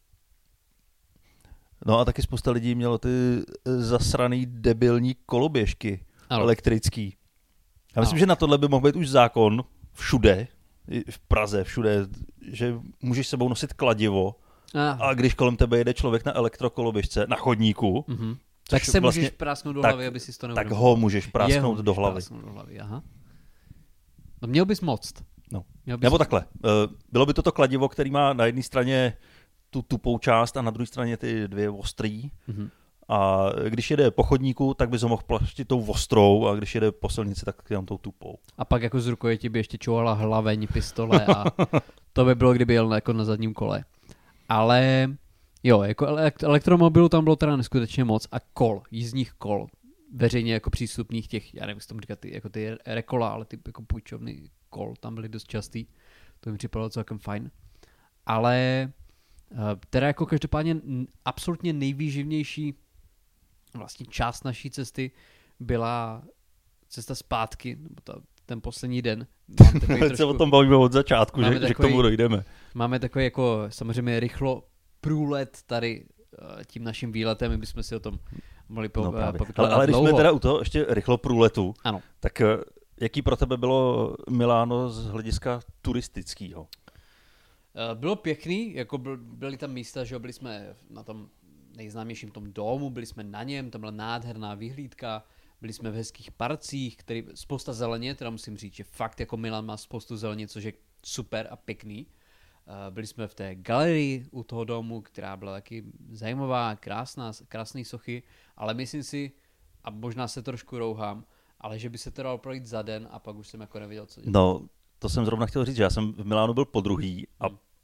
No a taky spousta lidí mělo ty zasraný debilní koloběžky elektrický. Já myslím, že na tohle by mohl být už zákon všude, v Praze, všude, že můžeš sebou nosit kladivo a když kolem tebe jede člověk na elektrokoloběžce, na chodníku, tak se vlastně, můžeš prásknout do hlavy, aby si to neuvědomil. Tak ho můžeš prásknout do hlavy. Aha. No měl bys moct. No. Nebo takhle. Bylo by toto kladivo, který má na jedné straně tu tupou část a na druhé straně ty dvě ostrý. A když jede po chodníku, tak bys ho mohl plaštit tou ostrou a když jede po silnici, tak jenom tou tupou. A pak jako z rukojeti by ještě čouhala hlaveň, pistole a to by bylo, kdyby jel jako na zadním kole. Ale jo, jako elektromobilů tam bylo teda neskutečně moc a jízdních kol, veřejně jako přístupných těch, já nevím, jestli tomu říkat, jako ty rekola, ale ty jako půjčovny kol tam byly dost častý, to mi připadalo celkem fajn. Ale teda jako každopádně absolutně nejvýživnější vlastně část naší cesty byla cesta zpátky, nebo ten poslední den. Teď se o tom bavíme od začátku, že k tomu dojdeme. Máme takový jako samozřejmě rychlo průlet tady tím naším výletem, my bychom si o tom mohli povídat ale když jsme teda u toho ještě rychlo průletu, ano. Tak jaký pro tebe bylo Miláno z hlediska turistického? Bylo pěkný, jako byly tam místa, že byli jsme na tom nejznámějším tom domu, byli jsme na něm, tam byla nádherná vyhlídka, byli jsme v hezkých parcích, spousta zeleně, teda musím říct, že fakt jako Milan má spoustu zeleně, což je super a pěkný. Byli jsme v té galerii u toho domu, která byla taky zajímavá, krásné sochy, ale myslím si, a možná se trošku rouhám, ale že by se to dalo projít za den a pak už jsem jako nevěděl, co dělat. No, to jsem zrovna chtěl říct, že já jsem v Milánu byl podruhý a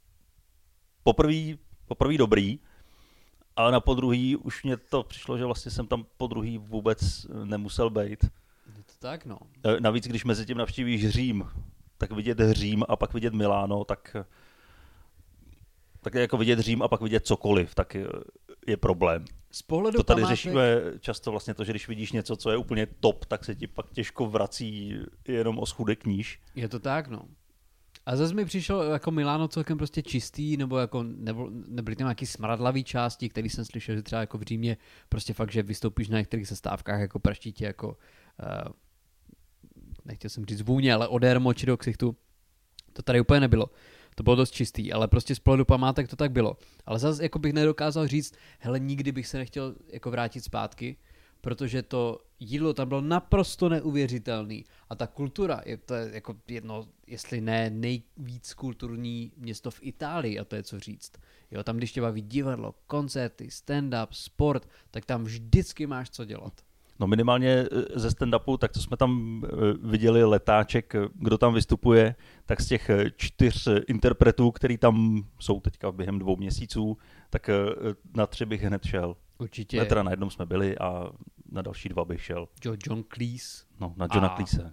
poprvý dobrý, ale na podruhý už mě to přišlo, že vlastně jsem tam podruhý vůbec nemusel být. Je to tak, no. Navíc, když mezi tím navštívíš Řím, tak vidět Řím a pak vidět Miláno, tak je jako vidět Řím a pak vidět cokoliv, tak je problém. Z pohledu to tady řešíme často vlastně to, že když vidíš něco, co je úplně top, tak se ti pak těžko vrací jenom o schůdek níž. Je to tak, no. A zase mi přišlo jako Miláno celkem prostě čistý, nebo jako nebyly tam nějaký smradlavý části, který jsem slyšel, že třeba jako v Římě prostě fakt, že vystoupíš na některých zastávkách jako praští tě jako nechtěl jsem říct vůně, ale odér moči do ksichtu. To tady úplně nebylo. To bylo dost čistý, ale prostě z pohledu památek to tak bylo. Ale zase jako bych nedokázal říct, hele, nikdy bych se nechtěl jako vrátit zpátky, protože to jídlo tam bylo naprosto neuvěřitelný. A ta kultura, to je jako jedno, jestli ne nejvíc kulturní město v Itálii, a to je co říct. Jo, tam když tě baví divadlo, koncerty, stand-up, sport, tak tam vždycky máš co dělat. No minimálně ze stand-upu, tak co jsme tam viděli letáček, kdo tam vystupuje, tak z těch 4 interpretů, který tam jsou teďka během 2 měsíců, tak na 3 bych hned šel. Určitě. Ne, teda na jednom jsme byli a na další 2 bych šel. John Cleese. No, na Johna Cleese.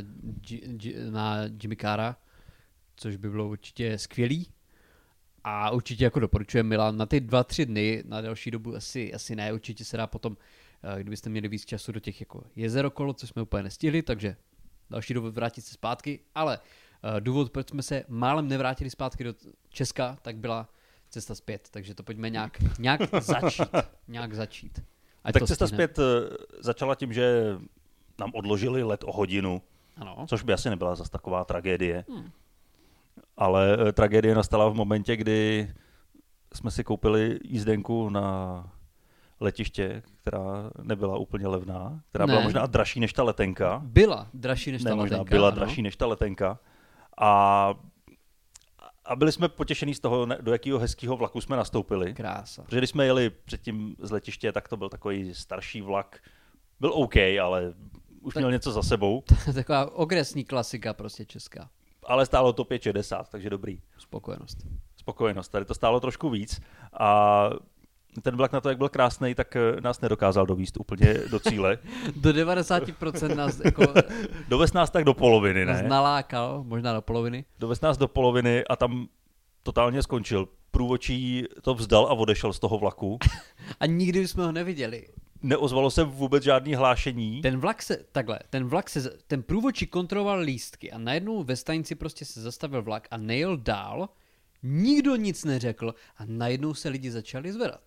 Na Jimmy Carra, což by bylo určitě skvělý. A určitě jako doporučuji Milan na ty 2-3 dny, na další dobu asi ne, určitě se dá potom, kdybyste měli víc času do těch jako jezerokolo, což jsme úplně nestihli, takže další dobu vrátit se zpátky, ale důvod, proč jsme se málem nevrátili zpátky do Česka, tak byla cesta zpět, takže to pojďme nějak začít. Tak cesta zpět začala tím, že nám odložili let o hodinu, ano. Což by asi nebyla zas taková tragédie. Ale tragédie nastala v momentě, kdy jsme si koupili jízdenku na letiště, která nebyla úplně levná, která byla možná dražší než ta letenka. Byla dražší než ta letenka. Byla dražší než ta letenka. A byli jsme potěšení z toho, do jakého hezkého vlaku jsme nastoupili. Krása. Protože když jsme jeli předtím z letiště, tak to byl takový starší vlak. Byl OK, ale už měl něco za sebou. Taková okresní klasika prostě česká. Ale stálo to 5,60, takže dobrý. Spokojenost. Tady to stálo trošku víc a ten vlak na to, jak byl krásnej, tak nás nedokázal dovízt úplně do cíle. Do 90% nás jako... Dovez nás tak do poloviny, ne? Nás nalákal, možná do poloviny. Dovez nás do poloviny a tam totálně skončil. Průvodčí to vzdal a odešel z toho vlaku. A nikdy jsme ho neviděli. Neozvalo se vůbec žádný hlášení. Ten průvodčí kontroloval lístky a najednou ve stanici prostě se zastavil vlak a nejel dál, nikdo nic neřekl a najednou se lidi začali zvedat.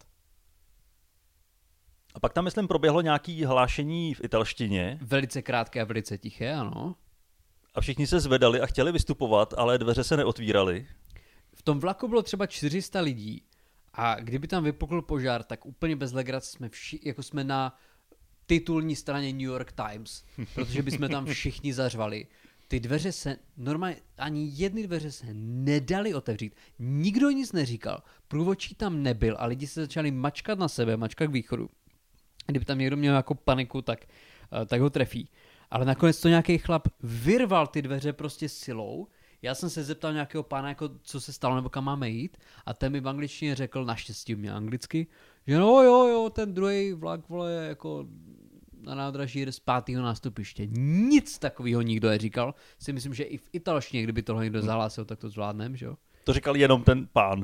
A pak tam, myslím, proběhlo nějaké hlášení v italštině. Velice krátké a velice tiché, ano. A všichni se zvedali a chtěli vystupovat, ale dveře se neotvíraly. V tom vlaku bylo třeba 400 lidí a kdyby tam vypukl požár, tak úplně bez legrace jsme na titulní straně New York Times, protože bychom tam všichni zařvali. Ty dveře se normálně, ani jedny dveře se nedaly otevřít. Nikdo nic neříkal. Průvodčí tam nebyl a lidi se začali mačkat na sebe, mačkat k východu. Kdyby tam někdo měl jako paniku, tak ho trefí. Ale nakonec to nějaký chlap vyrval ty dveře prostě silou. Já jsem se zeptal nějakého pána, jako, co se stalo nebo kam máme jít, a ten mi v angličtině řekl, naštěstí mě anglicky, že no jo, ten druhý vlak, vole, jako na nádraží jde z 5. nástupiště. Nic takového nikdo neříkal. Si myslím, že i v italštině, kdyby tohle někdo zahlásil, tak to zvládnem, že jo? To říkal jenom ten pán.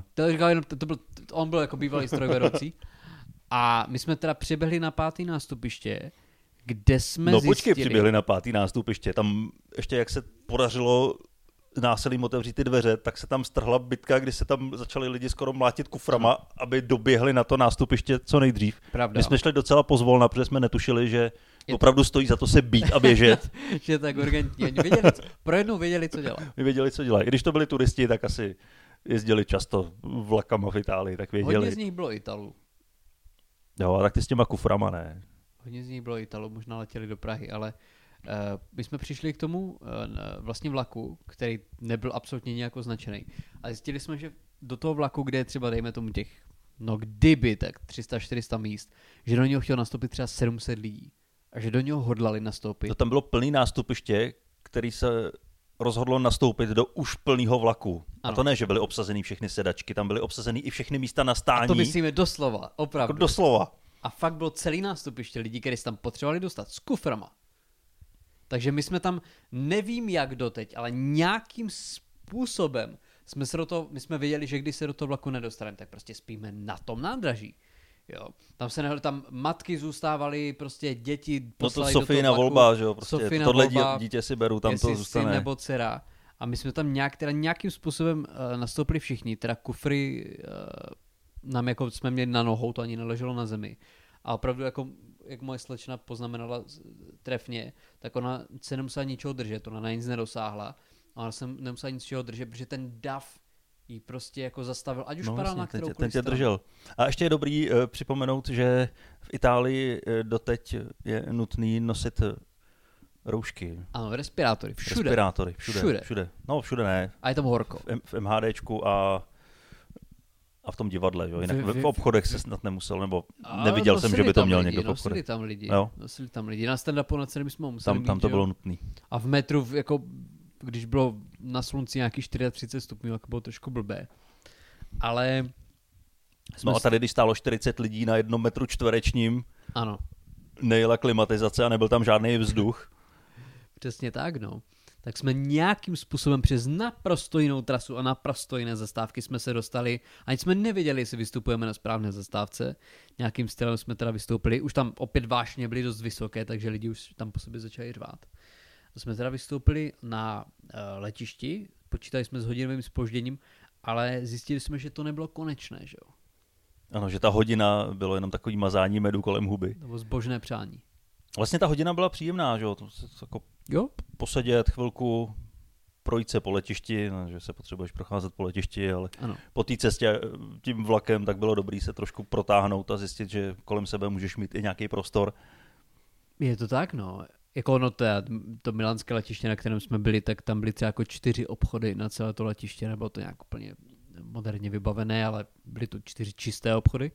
On byl jako bývalý strojvedoucí. A my jsme teda přiběhli na 5. nástupiště, kde jsme zjistili... No počkej, přiběhli na 5. nástupiště. Tam ještě jak se podařilo násilím otevřít ty dveře, tak se tam strhla bitka, kdy se tam začali lidi skoro mlátit kuframa, aby doběhli na to nástupiště co nejdřív. Pravda. My jsme šli docela pozvolna, protože jsme netušili, že opravdu stojí za to se být a běžet. Že je tak urgentní. Pro jednou věděli, co dělají. My věděli, co dělají. I když to byli turisti, tak asi jezdili často vlakama v Itálii, tak věděli. Hodně z nich bylo Italů. Jo, a tak ty s těma kuframa ne. Hodně z nich bylo Italů, možná letěli do Prahy, ale my jsme přišli k tomu vlastně vlaku, který nebyl absolutně nějak označený. A zjistili jsme, že do toho vlaku, kde je třeba, dejme tomu těch, no kdyby, tak 300-400 míst, že do něho chtělo nastoupit třeba 700 lidí. A že do něho hodlali nastoupit. To tam bylo plný nástupiště, který se rozhodlo nastoupit do už plného vlaku. Ano. A to ne, že byly obsazený všechny sedačky, tam byly obsazený i všechny místa na stání. A to myslíme doslova, opravdu. Jako doslova. A fakt bylo celý nástupiště lidí, kteří se tam potřebovali dostat s kuframa. Takže my jsme tam, nevím jak doteď, ale nějakým způsobem my jsme věděli, že když se do toho vlaku nedostaneme, tak prostě spíme na tom nádraží. Jo. Tam matky zůstávaly, prostě děti poslali do toho vlaku. No to Sofína volba, že jo, prostě tohle dítě si beru, tam to zůstane. Syn nebo dcera. A my jsme tam nějakým způsobem nastoupili všichni, teda kufry nám jako jsme měli na nohou, to ani neleželo na zemi. A opravdu jako jak moje slečna poznamenala trefně, tak ona se nemusela ničeho držet, ona na nic nedosáhla. A ona se nemusela ničeho držet, protože ten dav jí prostě jako zastavil, ať už padal na kteroukoliv ten tě držel. A ještě je dobrý připomenout, že v Itálii doteď je nutný nosit roušky. Ano, respirátory. Všude. No, všude ne. A je tam horko. V MHDčku a A v tom divadle, jo? Jinak v obchodech se snad nemusel, nebo neviděl jsem, že by tam to měl lidi, někdo v obchodech. Nosili tam lidi. Na stand-upu na celém jsme museli tam to bylo nutný. A v metru, jako, když bylo na slunci nějakých 34 stupňů, tak bylo trošku blbé. Ale... No a tady, když stálo 40 lidí na 1 metru čtverečním, ano. Nejela klimatizace a nebyl tam žádný vzduch. Přesně tak, no. Tak jsme nějakým způsobem přes naprosto jinou trasu a naprosto jiné zastávky jsme se dostali. Ani jsme nevěděli, jestli vystupujeme na správné zastávce. Nějakým stylem jsme teda vystoupili. Už tam opět vášně byly dost vysoké, takže lidi už tam po sobě začali řvát. Jsme teda vystoupili na letišti, počítali jsme s hodinovým zpožděním, ale zjistili jsme, že to nebylo konečné, že jo. Ano, že ta hodina bylo jenom takový mazání medu kolem huby. To bylo zbožné přání. Vlastně ta hodina byla příjemná, že jo? To se jako posedět chvilku, projít se po letišti, no, že se potřebuješ procházet po letišti, ale ano. Po té cestě tím vlakem tak bylo dobrý se trošku protáhnout a zjistit, že kolem sebe můžeš mít i nějaký prostor. Je to tak, no. Jako to milánské letiště, na kterém jsme byli, tak tam byly třeba jako 4 obchody na celé to letiště, nebylo to nějak úplně moderně vybavené, ale byly to 4 čisté obchody.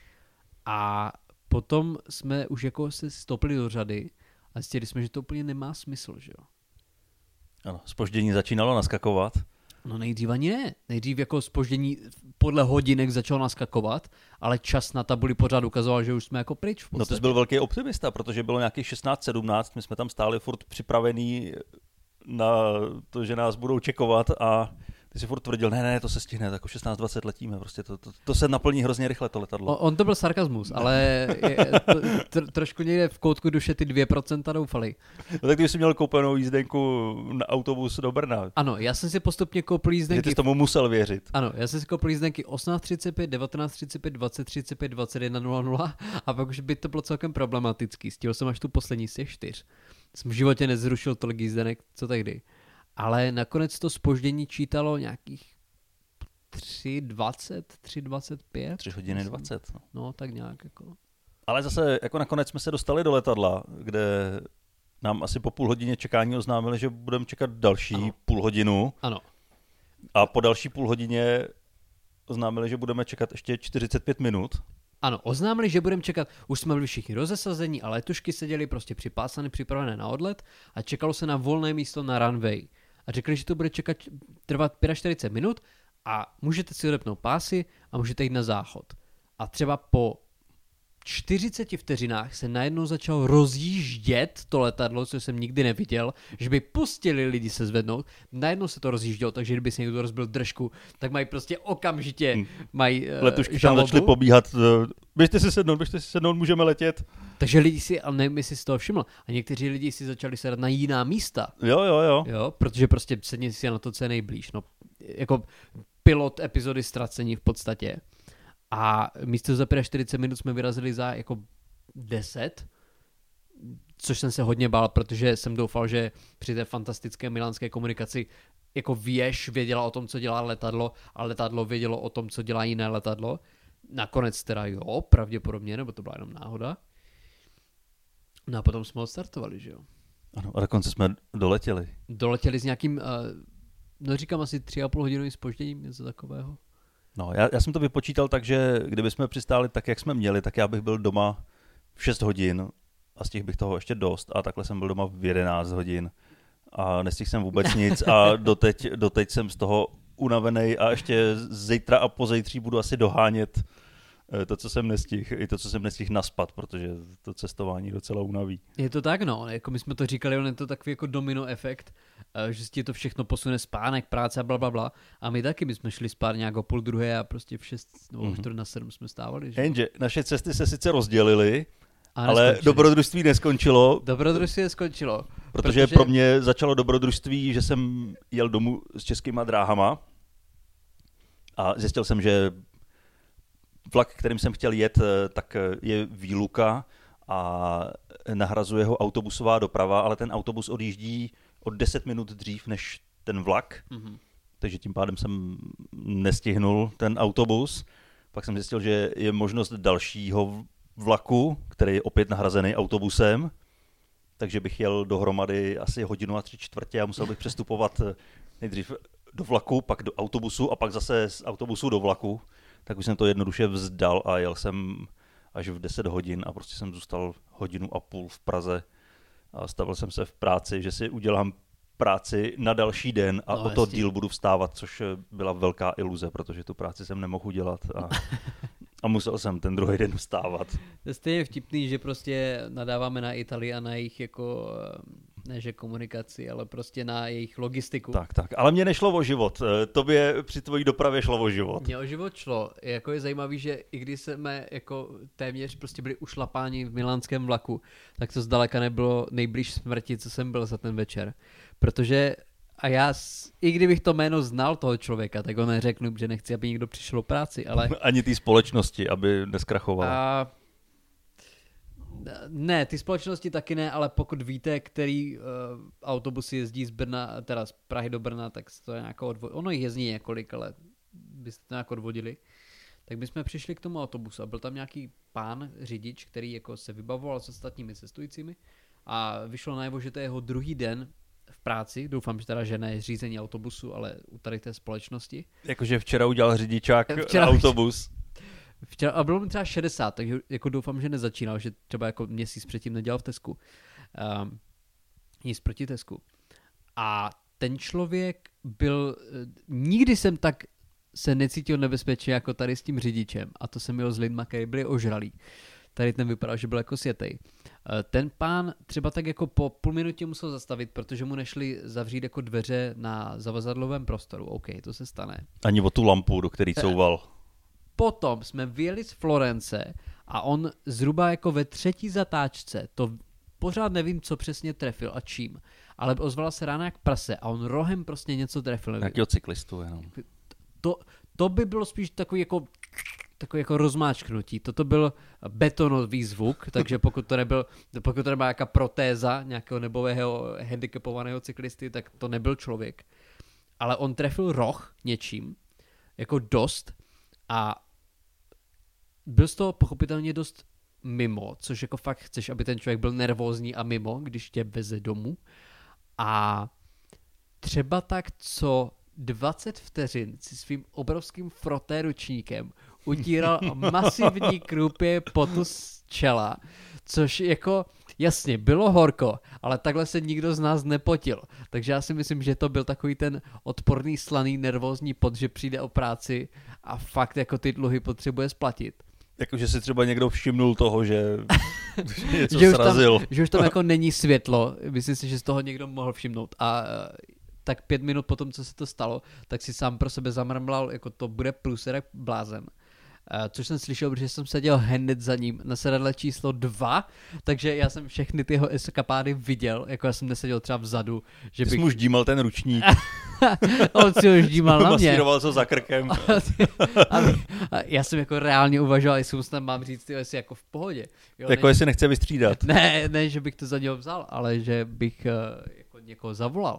A potom jsme už jako se stoupili do řady a zjistili jsme, že to úplně nemá smysl, že jo. Ano, zpoždění začínalo naskakovat. No nejdřív ani ne. Nejdřív jako zpoždění podle hodinek začalo naskakovat, ale čas na tabuli pořád ukazoval, že už jsme jako pryč v podstatě. No to jsi byl velký optimista, protože bylo nějakých 16-17, my jsme tam stáli furt připravený na to, že nás budou čekovat a ty si furt tvrdil, ne, to se stihne, tak o 16-20 letíme, prostě to se naplní hrozně rychle to letadlo. On to byl sarkazmus, ale trošku někde v koutku duše ty 2% doufali. No tak ty jsi měl koupenou jízdenku na autobus do Brna. Ano, já jsem si postupně koupil jízdenky. Že ty jsi tomu musel věřit. Ano, já jsem si koupil jízdenky 18.35, 19.35, 20.35, 21.00 a pak už by to bylo celkem problematický. Stihl jsem až tu poslední z těch 4. Jsem v životě nezrušil tolik jízdenek, co tehdy. Ale nakonec to zpoždění čítalo nějakých 3.20, 3.25. 3 hodiny 20. No, tak nějak jako. Ale zase jako nakonec jsme se dostali do letadla, kde nám asi po půl hodině čekání oznámili, že budeme čekat další půl hodinu. Ano. A po další půl hodině oznámili, že budeme čekat ještě 45 minut. Ano, oznámili, že budeme čekat, už jsme byli všichni rozesazení a letušky seděly prostě připásané, připravené na odlet a čekalo se na volné místo na runway. A řekli, že to bude trvat 45 minut a můžete si odepnout pásy a můžete jít na záchod. A třeba po 40 vteřinách se najednou začalo rozjíždět to letadlo, co jsem nikdy neviděl, že by pustili lidi se zvednout. Najednou se to rozjíždělo, takže kdyby se někdo rozbil držku, tak mají prostě okamžitě letušky tam začaly pobíhat. Běžte si sednout, můžeme letět. Takže lidi si, ale nevím, jestli si toho všiml, a někteří lidi si začali sedat na jiná místa. Jo, protože prostě sedni si na to, co je nejblíž. No, jako pilot epizody Ztracení v podstatě. A místo za 45 minut jsme vyrazili za jako 10, což jsem se hodně bál, protože jsem doufal, že při té fantastické milánské komunikaci jako věž věděla o tom, co dělá letadlo a letadlo vědělo o tom, co dělá jiné letadlo. Nakonec teda jo, pravděpodobně, nebo to byla jenom náhoda. No a potom jsme odstartovali, že jo. Ano, a dokonce jsme doletěli. Doletěli s nějakým, no říkám asi 3,5 hodinovým zpožděním, něco takového. No, já jsem to vypočítal tak, že kdyby jsme přistáli tak, jak jsme měli, tak já bych byl doma v 6 hodin a stihl bych toho ještě dost a takhle jsem byl doma v 11 hodin a nestihl jsem vůbec nic a doteď jsem z toho unavený a ještě zítra a pozejtří budu asi dohánět to, co jsem nestihl, i to, co jsem nestihl naspat, protože to cestování docela unaví. Je to tak, no, jako my jsme to říkali, on je to takový jako domino efekt, že ti to všechno posune spánek, práce a blablabla. A my taky, my jsme šli spát nějak o 2:30 a prostě v 6 nebo 4:45 jsme stávali. Že? Jenže naše cesty se sice rozdělily, ale dobrodružství neskončilo. Dobrodružství neskončilo. Protože pro mě začalo dobrodružství, že jsem jel domů s Českýma dráhama a zjistil jsem, že vlak, kterým jsem chtěl jet, tak je výluka a nahrazuje ho autobusová doprava, ale ten autobus odjíždí o 10 minut dřív než ten vlak, takže tím pádem jsem nestihnul ten autobus. Pak jsem zjistil, že je možnost dalšího vlaku, který je opět nahrazený autobusem, takže bych jel dohromady asi 1 hodinu a 3/4 a musel bych přestupovat nejdřív do vlaku, pak do autobusu a pak zase z autobusu do vlaku. tak už jsem to jednoduše vzdal a jel jsem až v 10 hodin a prostě jsem zůstal 1,5 hodiny v Praze a stavil jsem se v práci, že si udělám práci na další den a o to díl budu vstávat, což byla velká iluze, protože tu práci jsem nemohl udělat a musel jsem ten druhý den vstávat. To je stejně vtipný, že prostě nadáváme na Italii a na jejich jako, ne že komunikaci, ale prostě na jejich logistiku. Tak, ale mně nešlo o život, tobě při tvojí dopravě šlo o život. Mně o život šlo, jako je zajímavý, že i když jsme jako téměř prostě byli ušlapáni v milánském vlaku, tak to zdaleka nebylo nejblíž smrti, co jsem byl za ten večer. Protože a já, i kdybych to jméno znal toho člověka, tak ho neřeknu, že nechci, aby někdo přišel o práci, ale... Ani té společnosti, aby neskrachovala. Ne, ty společnosti taky ne, ale pokud víte, který autobusy jezdí z Brna, teda z Prahy do Brna, tak to je nějak ono jich jezdí několik, ale byste to nějak odvodili. Tak my jsme přišli k tomu autobusu a byl tam nějaký pán řidič, který jako se vybavoval s ostatními cestujícími a vyšlo najevo, že to je jeho druhý den v práci, doufám, že teda že ne řízení autobusu, ale u tady té společnosti. Jakože včera udělal řidičák autobus. Včera, a bylo mi třeba 60, takže jako doufám, že nezačínal, že třeba jako měsíc předtím nedělal v Tesku. Nic proti Tesku. A ten člověk byl, nikdy jsem tak se necítil nebezpečně jako tady s tím řidičem a to jsem měl s lidma, kteří byli ožralí. Tady ten vypadal, že byl jako světej. Ten pán třeba tak jako po půl minutě musel zastavit, protože mu nešli zavřít jako dveře na zavazadlovém prostoru. OK, to se stane. Ani o tu lampu, do který couval. Potom jsme vyjeli z Florence a on zhruba jako ve 3. zatáčce, to pořád nevím, co přesně trefil a čím, ale ozvala se rána jak prase a on rohem prostě něco trefil. Jakýho cyklistu jenom. To by bylo spíš takový jako rozmáčknutí. Toto byl betonový zvuk, takže pokud to nebyla nějaká protéza nějakého nebového handicapovaného cyklisty, tak to nebyl člověk. Ale on trefil roh něčím, jako dost a byl z toho pochopitelně dost mimo, což jako fakt chceš, aby ten člověk byl nervózní a mimo, když tě veze domů. A třeba tak co 20 vteřin si svým obrovským froté ručníkem utíral masivní krupě potu z čela, což jako jasně bylo horko, ale takhle se nikdo z nás nepotil. Takže já si myslím, že to byl takový ten odporný, slaný, nervózní pot, že přijde o práci a fakt jako ty dluhy potřebuje splatit. Jakože si třeba někdo všimnul toho, že něco srazil. Že už tam jako není světlo. Myslím si, že z toho někdo mohl všimnout. A tak 5 minut potom, co se to stalo, tak si sám pro sebe zamrmlal, jako to bude pluserek blázen. Což jsem slyšel, protože jsem seděl hned za ním na sedadle číslo 2, takže já jsem všechny ty jeho eskapády viděl, jako já jsem neseděl třeba vzadu. Že bych... Jsi mu už dímal ten ručník. On si už dímal na mě. Masíroval se za krkem. Já jsem jako reálně uvažoval, jestli mu snad mám říct, jestli jako v pohodě. Jo, jako jestli nechce vystřídat. Ne, že bych to za něho vzal, ale že bych jako někoho zavolal.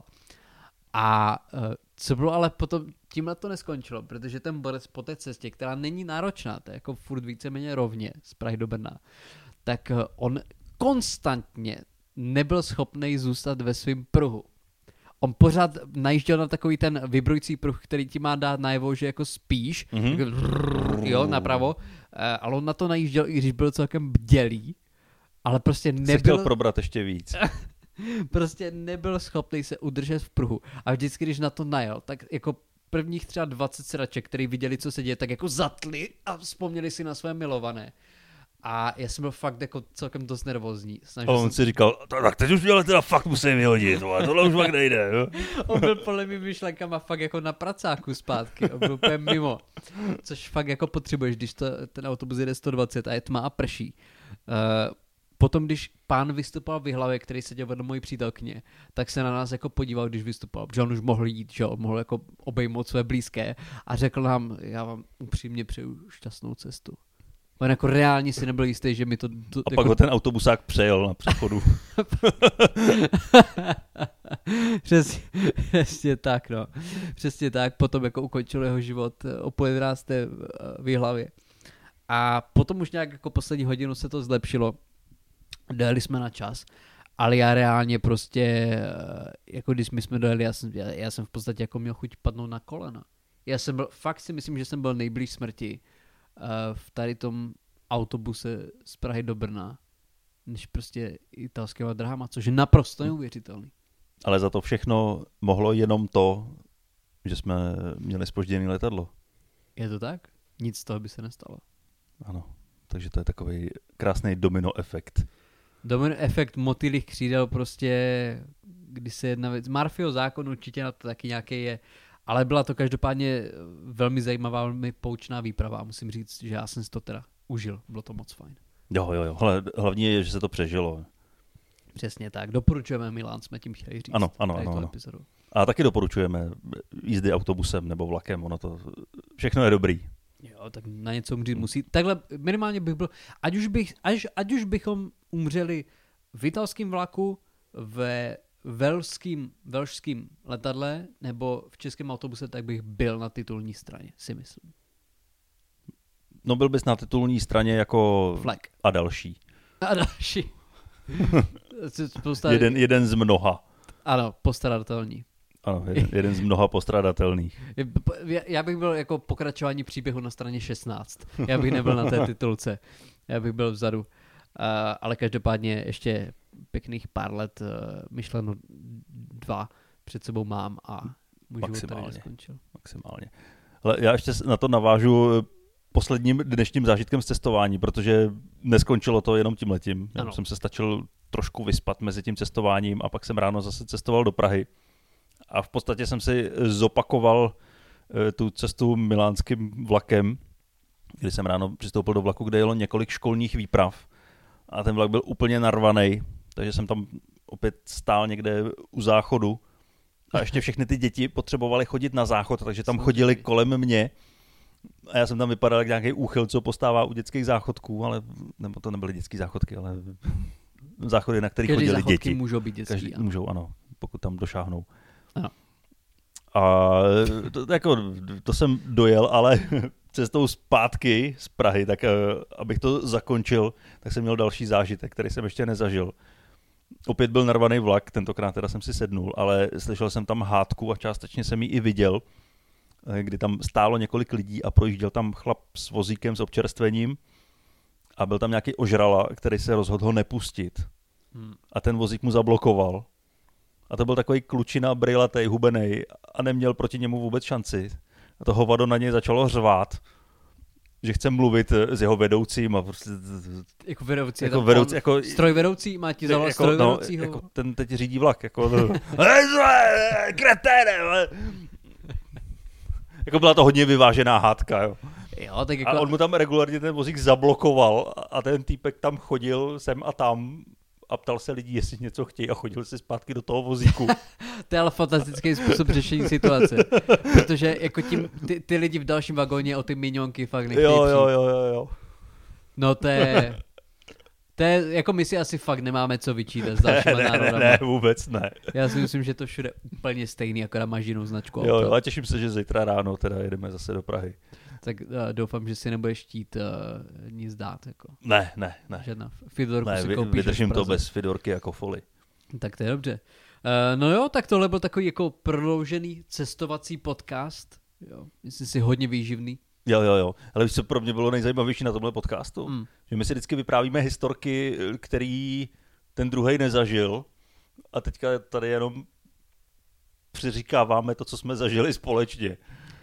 A co bylo ale potom, tímhle to neskončilo, protože ten borec po té cestě, která není náročná, to je jako furt víceméně rovně z Prahy do Brna, tak on konstantně nebyl schopný zůstat ve svém pruhu. On pořád najížděl na takový ten vibrující pruh, který ti má dát najevo, že jako spíš, jo, napravo, ale on na to najížděl, i když byl celkem bdělý, ale prostě nebyl... Jsi chtěl probrat ještě víc. Prostě nebyl schopný se udržet v pruhu. A vždycky, když na to najel, tak jako prvních třeba 20 sedaček, který viděli, co se děje, tak jako zatli a vzpomněli si na své milované. A já jsem byl fakt jako celkem dost nervózní. A on si říkal, tak teď už mě teda fakt musím vyhodit, tohle už fakt nejde. Jo? On byl podle mě myšlenkama fakt jako na pracáku zpátky, on byl úplně mimo. Což fakt jako potřebuješ, když ten autobus jede 120 a je tma a prší. Potom, když pán vystupoval v Jihlavě, který seděl vedle mojí přítelkyně, tak se na nás jako podíval, když vystupoval, že on už mohl jít, že on mohl jako obejmout své blízké a řekl nám, já vám upřímně přeju šťastnou cestu. On jako reálně si nebyl jistý, že mi to... A jako... pak ho ten autobusák přejel na přechodu. Přesně tak, no. Přesně tak, potom jako ukončil jeho život o 11. v Jihlavě. A potom už nějak jako poslední hodinu se to zlepšilo. Dojeli jsme na čas, ale já reálně prostě, jako když my jsme dojeli, já jsem v podstatě jako měl chuť padnout na kolena. Já jsem byl, fakt si myslím, že jsem byl nejblíž smrti v tady tom autobuse z Prahy do Brna, než prostě italskýma drahama, což je naprosto neuvěřitelný. Ale za to všechno mohlo jenom to, že jsme měli zpožděné letadlo. Je to tak? Nic z toho by se nestalo. Ano, takže to je takový krásný domino efekt. Domino efekt motýlých křídel prostě, když se jedna věc... Murphyho zákon určitě na to taky nějaký je, ale byla to každopádně velmi zajímavá, velmi poučná výprava a musím říct, že já jsem si to teda užil. Bylo to moc fajn. Jo. Hlavně je, že se to přežilo. Přesně tak. Doporučujeme Milán, jsme tím chtěli říct. Ano. Epizodu. A taky doporučujeme jízdy autobusem nebo vlakem. Ono to všechno je dobrý. Jo, tak na něco umřít musí. Takhle minimálně bych byl, ať už bychom umřeli v italském vlaku, ve velšským letadle nebo v českém autobuse, tak bych byl na titulní straně, si myslím. No byl bys na titulní straně jako Flag. A další. jeden z mnoha. Ano, postradatelní. Ano, jeden z mnoha postradatelných. Já bych byl jako pokračování příběhu na straně 16. Já bych nebyl na té titulce. Já bych byl vzadu. Ale každopádně ještě pěkných pár let myšleno 2 před sebou mám a můj život tady neskončil. Maximálně. Ale já ještě na to navážu posledním dnešním zážitkem z cestování, protože neskončilo to jenom tímhletím. Já jsem se stačil trošku vyspat mezi tím cestováním a pak jsem ráno zase cestoval do Prahy. A v podstatě jsem si zopakoval tu cestu milánským vlakem, kdy jsem ráno přistoupil do vlaku, kde jelo několik školních výprav. A ten vlak byl úplně narvaný, takže jsem tam opět stál někde u záchodu. A ještě všechny ty děti potřebovaly chodit na záchod, takže tam chodili kolem mě. A já jsem tam vypadal jak nějaký úchyl, co postává u dětských záchodků, ale nebo to nebyly dětské záchodky, ale záchody, na kterých chodili děti. Každý můžou být dětský. Každý můžou, ano, pokud tam došáhnou. Ano. A to jsem dojel, ale cestou zpátky z Prahy, tak abych to zakončil, tak jsem měl další zážitek, který jsem ještě nezažil. Opět byl narvaný vlak, tentokrát teda jsem si sednul, ale slyšel jsem tam hádku a částečně jsem ji i viděl, kdy tam stálo několik lidí a projížděl tam chlap s vozíkem s občerstvením a byl tam nějaký ožrala, který se rozhodl ho nepustit. A ten vozík mu zablokoval. A to byl takový klučina, brejlatej, hubenej a neměl proti němu vůbec šanci. A to hovado na něj začalo řvát, že chce mluvit s jeho vedoucím. A prostě, jako vedoucí, jako strojvedoucí? Má ti zavolat strojvedoucího? Jako ten teď řídí vlak. Jako, kreténe! Jako byla to hodně vyvážená hádka. Jo. Jo, tak jako... A on mu tam regulárně ten vozík zablokoval a ten týpek tam chodil sem a tam a ptal se lidí, jestli něco chtějí a chodil si zpátky do toho vozíku. To je ale fantastický způsob řešení situace. Protože jako ty lidi v dalším vagóně o ty minionky fakt nechtějí Jo. No to je jako my si asi fakt nemáme co vyčítat s dalšíma národama. Ne, vůbec ne. Já si myslím, že to všude úplně stejný, akorát máš jinou značku. Jo, a těším se, že zítra ráno teda jedeme zase do Prahy. Tak doufám, že si nebudeš chtít nic dát. Jako. Ne. Žádná Fidorku ne, si koupíš. Vydržím to bez Fidorky jako foly. Tak to je dobře. No jo, tak tohle byl takový jako prodloužený cestovací podcast. Jo, myslím si hodně výživný. Jo. Ale víš, co pro mě bylo nejzajímavější na tomhle podcastu? Že my si vždycky vyprávíme historky, který ten druhej nezažil a teďka tady jenom přiříkáváme to, co jsme zažili společně.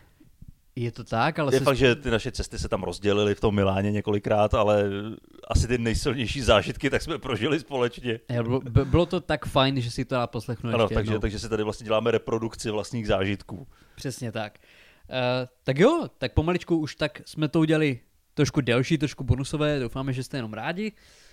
Je to tak, ale... Je fakt, že ty naše cesty se tam rozdělily v tom Miláně několikrát, ale asi ty nejsilnější zážitky tak jsme prožili společně. Bylo to tak fajn, že si to dá poslechnout ještě jednou. Takže si tady vlastně děláme reprodukci vlastních zážitků. Přesně tak. Tak jo, tak pomaličku už tak jsme to udělali trošku delší, trošku bonusové, doufáme, že jste jenom rádi.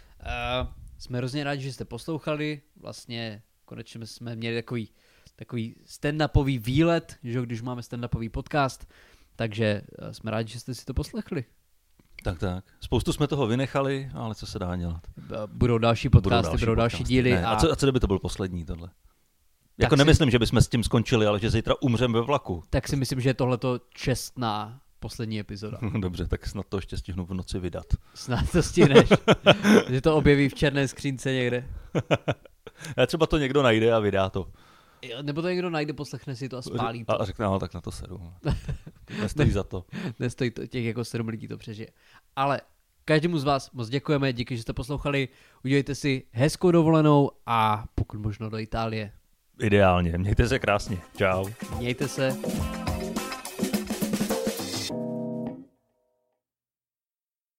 Jsme hrozně rádi, že jste poslouchali, vlastně konečně jsme měli takový stand-upový výlet, že když máme stand-upový podcast, takže jsme rádi, že jste si to poslechli. Tak. Spoustu jsme toho vynechali, ale co se dá dělat? Budou další podcasty, budou další díly. Ne. A co kdyby to byl poslední tohle? Jako nemyslím, že bychom s tím skončili, ale že zítra umřeme ve vlaku. Tak si myslím, že je tohleto čestná poslední epizoda. Dobře, tak snad to ještě stihnu v noci vydat. Snad to stihneš. Že to objeví v černé skřínce někde. A třeba to někdo najde a vydá to. Nebo to někdo najde, poslechne si to a spálí to. A řekne, no, tak na to sedu. Nestojí za to. Nestojí to, těch jako 7 lidí to přežije. Ale každému z vás moc děkujeme, díky, že jste poslouchali. Udělejte si hezkou dovolenou a pokud možno do Itálie. Ideálně. Mějte se krásně. Čau. Mějte se.